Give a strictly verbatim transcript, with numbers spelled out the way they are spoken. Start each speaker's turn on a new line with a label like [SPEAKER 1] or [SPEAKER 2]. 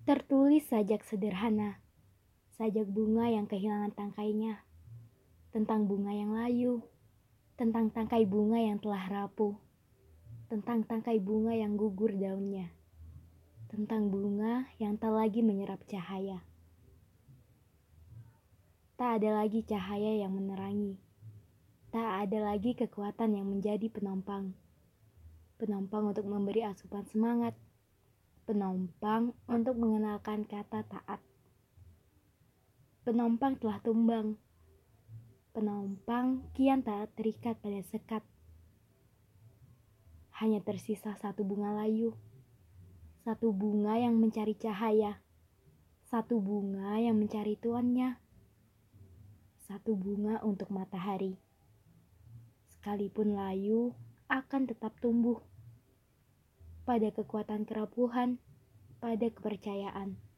[SPEAKER 1] Tertulis sajak sederhana, sajak bunga yang kehilangan tangkainya, tentang bunga yang layu, tentang tangkai bunga yang telah rapuh, tentang tangkai bunga yang gugur daunnya, tentang bunga yang tak lagi menyerap cahaya. Tak ada lagi cahaya yang menerangi, tak ada lagi kekuatan yang menjadi penopang. Penopang untuk memberi asupan semangat, penopang untuk mengenalkan kata taat. Penopang telah tumbang, penopang kian tak terikat pada sekat. Hanya tersisa satu bunga layu, satu bunga yang mencari cahaya, satu bunga yang mencari tuannya, satu bunga untuk matahari. Sekalipun layu, akan tetap tumbuh pada kekuatan kerapuhan, pada kepercayaan.